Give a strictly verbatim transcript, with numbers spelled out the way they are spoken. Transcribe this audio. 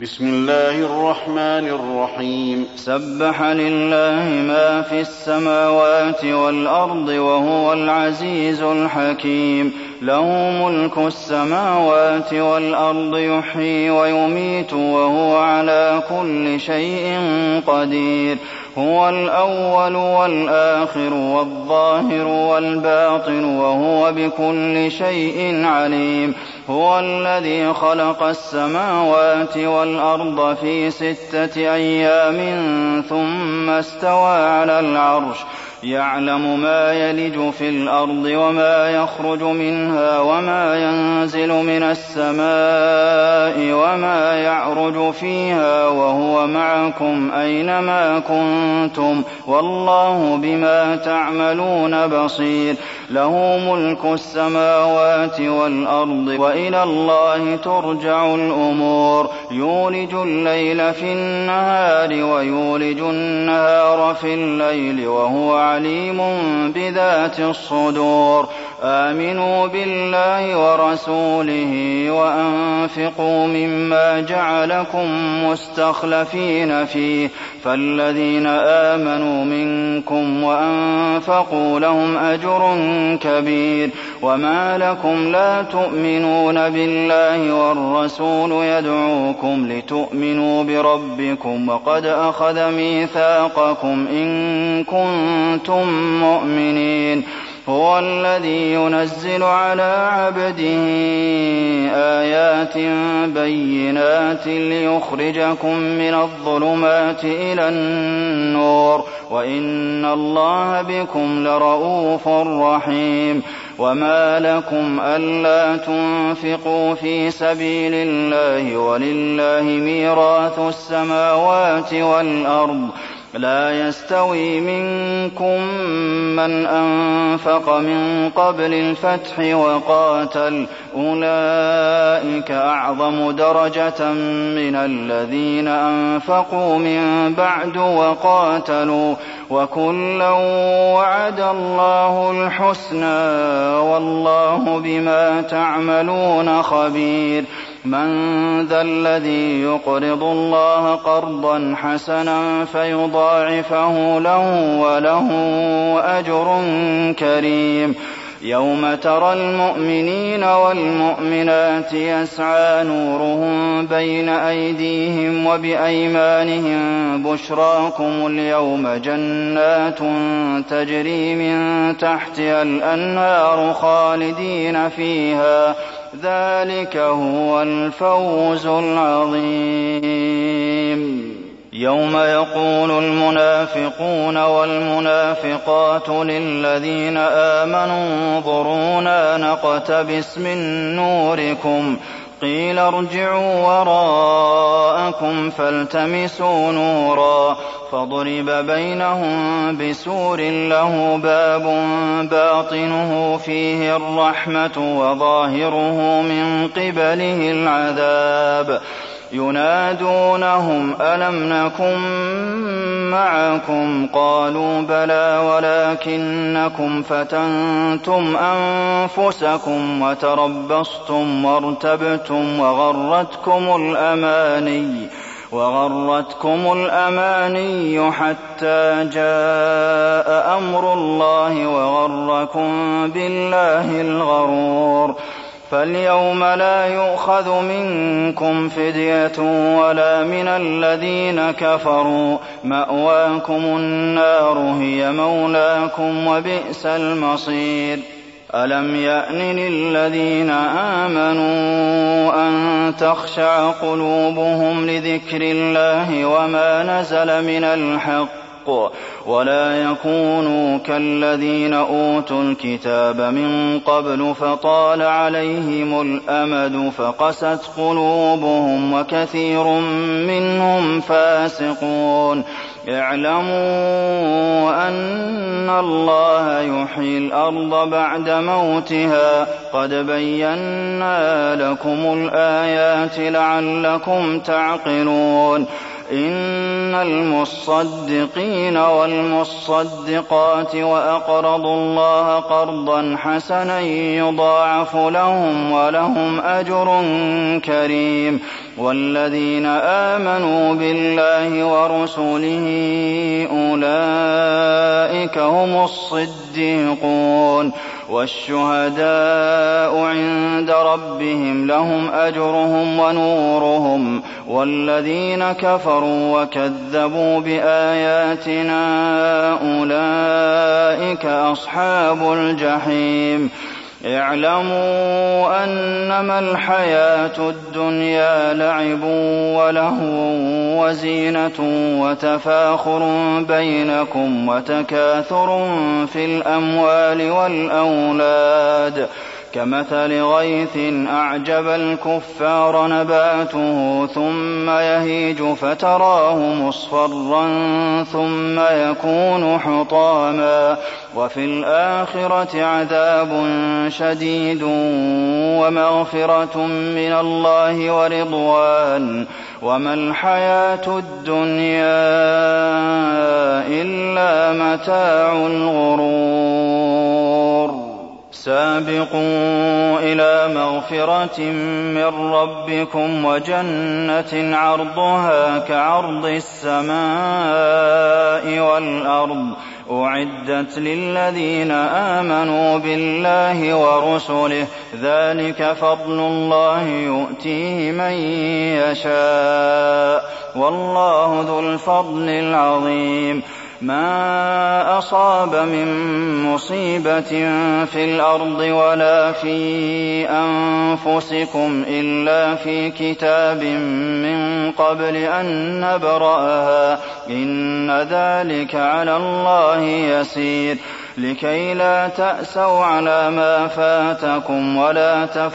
بسم الله الرحمن الرحيم سبح لله ما في السماوات والأرض وهو العزيز الحكيم له ملك السماوات والأرض يحيي ويميت وهو على كل شيء قدير هو الأول والآخر والظاهر والباطن وهو بكل شيء عليم هو الذي خلق السماوات والأرض في ستة أيام ثم استوى على العرش يعلم ما يلج في الأرض وما يخرج منها وما ينزل من السماء وما يعرج فيها وهو معكم أينما كنتم والله بما تعملون بصير له ملك السماوات والأرض وإلى الله ترجع الأمور يولج الليل في النهار ويولج النهار في الليل وهو عليم بذات الصدور آمنوا بالله ورسوله وأنفقوا مما جعلكم مستخلفين فيه فالذين آمنوا منكم وأنفقوا لهم أجر كبير وما لكم لا تؤمنون بالله والرسول يدعوكم لتؤمنوا بربكم وقد أخذ ميثاقكم إن كنتم مؤمنين هو الذي ينزل على عبده آيات بينات ليخرجكم من الظلمات إلى النور وإن الله بكم لرءوف رحيم وما لكم ألا تنفقوا في سبيل الله ولله ميراث السماوات والأرض لا يستوي منكم من أنفق من قبل الفتح وقاتل أولئك أعظم درجة من الذين أنفقوا من بعد وقاتلوا وكلا وعد الله الحسنى والله بما تعملون خبير من ذا الذي يقرض الله قرضا حسنا فيضاعفه له وله أجر كريم يوم ترى المؤمنين والمؤمنات يسعى نورهم بين أيديهم وبأيمانهم بشراكم اليوم جنات تجري من تحتها الأنهار خالدين فيها ذلك هو الفوز العظيم يوم يقول المنافقون والمنافقات للذين آمنوا انظرونا نقتبس من نوركم قيل ارجعوا وراءكم فالتمسوا نورا فضرب بينهم بسور له باب باطنه فيه الرحمة وظاهره من قبله العذاب ينادونهم ألم نكن معكم قالوا بلى ولكنكم فتنتم أنفسكم وتربصتم وارتبتم وغرتكم الأماني وغرتكم الأماني حتى جاء أمر الله وغركم بالله الغرور فاليوم لا يؤخذ منكم فدية ولا من الذين كفروا مأواكم النار هي مولاكم وبئس المصير ألم يأن للذين آمنوا أن تخشع قلوبهم لذكر الله وما نزل من الحق ولا يكونوا كالذين أوتوا الكتاب من قبل فطال عليهم الأمد فقست قلوبهم وكثير منهم فاسقون اعلموا أن الله يحيي الأرض بعد موتها قد بينا لكم الآيات لعلكم تعقلون إن المصدقين والمصدقات وأقرضوا الله قرضا حسنا يضاعف لهم ولهم أجر كريم والذين آمنوا بالله ورسله أولئك هم الصديقون والشهداء عند ربهم لهم أجرهم ونورهم والذين كفروا وكذبوا بآياتنا أولئك أصحاب الجحيم اعلموا أنما الحياة الدنيا لعب ولهو وزينة وتفاخر بينكم وتكاثر في الأموال والأولاد كمثل غيث أعجب الكفار نباته ثم يهيج فتراه مصفرا ثم يكون حطاما وفي الآخرة عذاب شديد ومغفرة من الله ورضوان وما الحياة الدنيا إلا متاع الغرور سابقوا إلى مغفرة من ربكم وجنة عرضها كعرض السماء والأرض أعدت للذين آمنوا بالله ورسله ذلك فضل الله يؤتيه من يشاء والله ذو الفضل العظيم ما أصاب من مصيبة في الأرض ولا في أنفسكم إلا في كتاب من قبل أن نبرأها إن ذلك على الله يسير لكي لا تأسوا على ما فاتكم ولا تفعلوا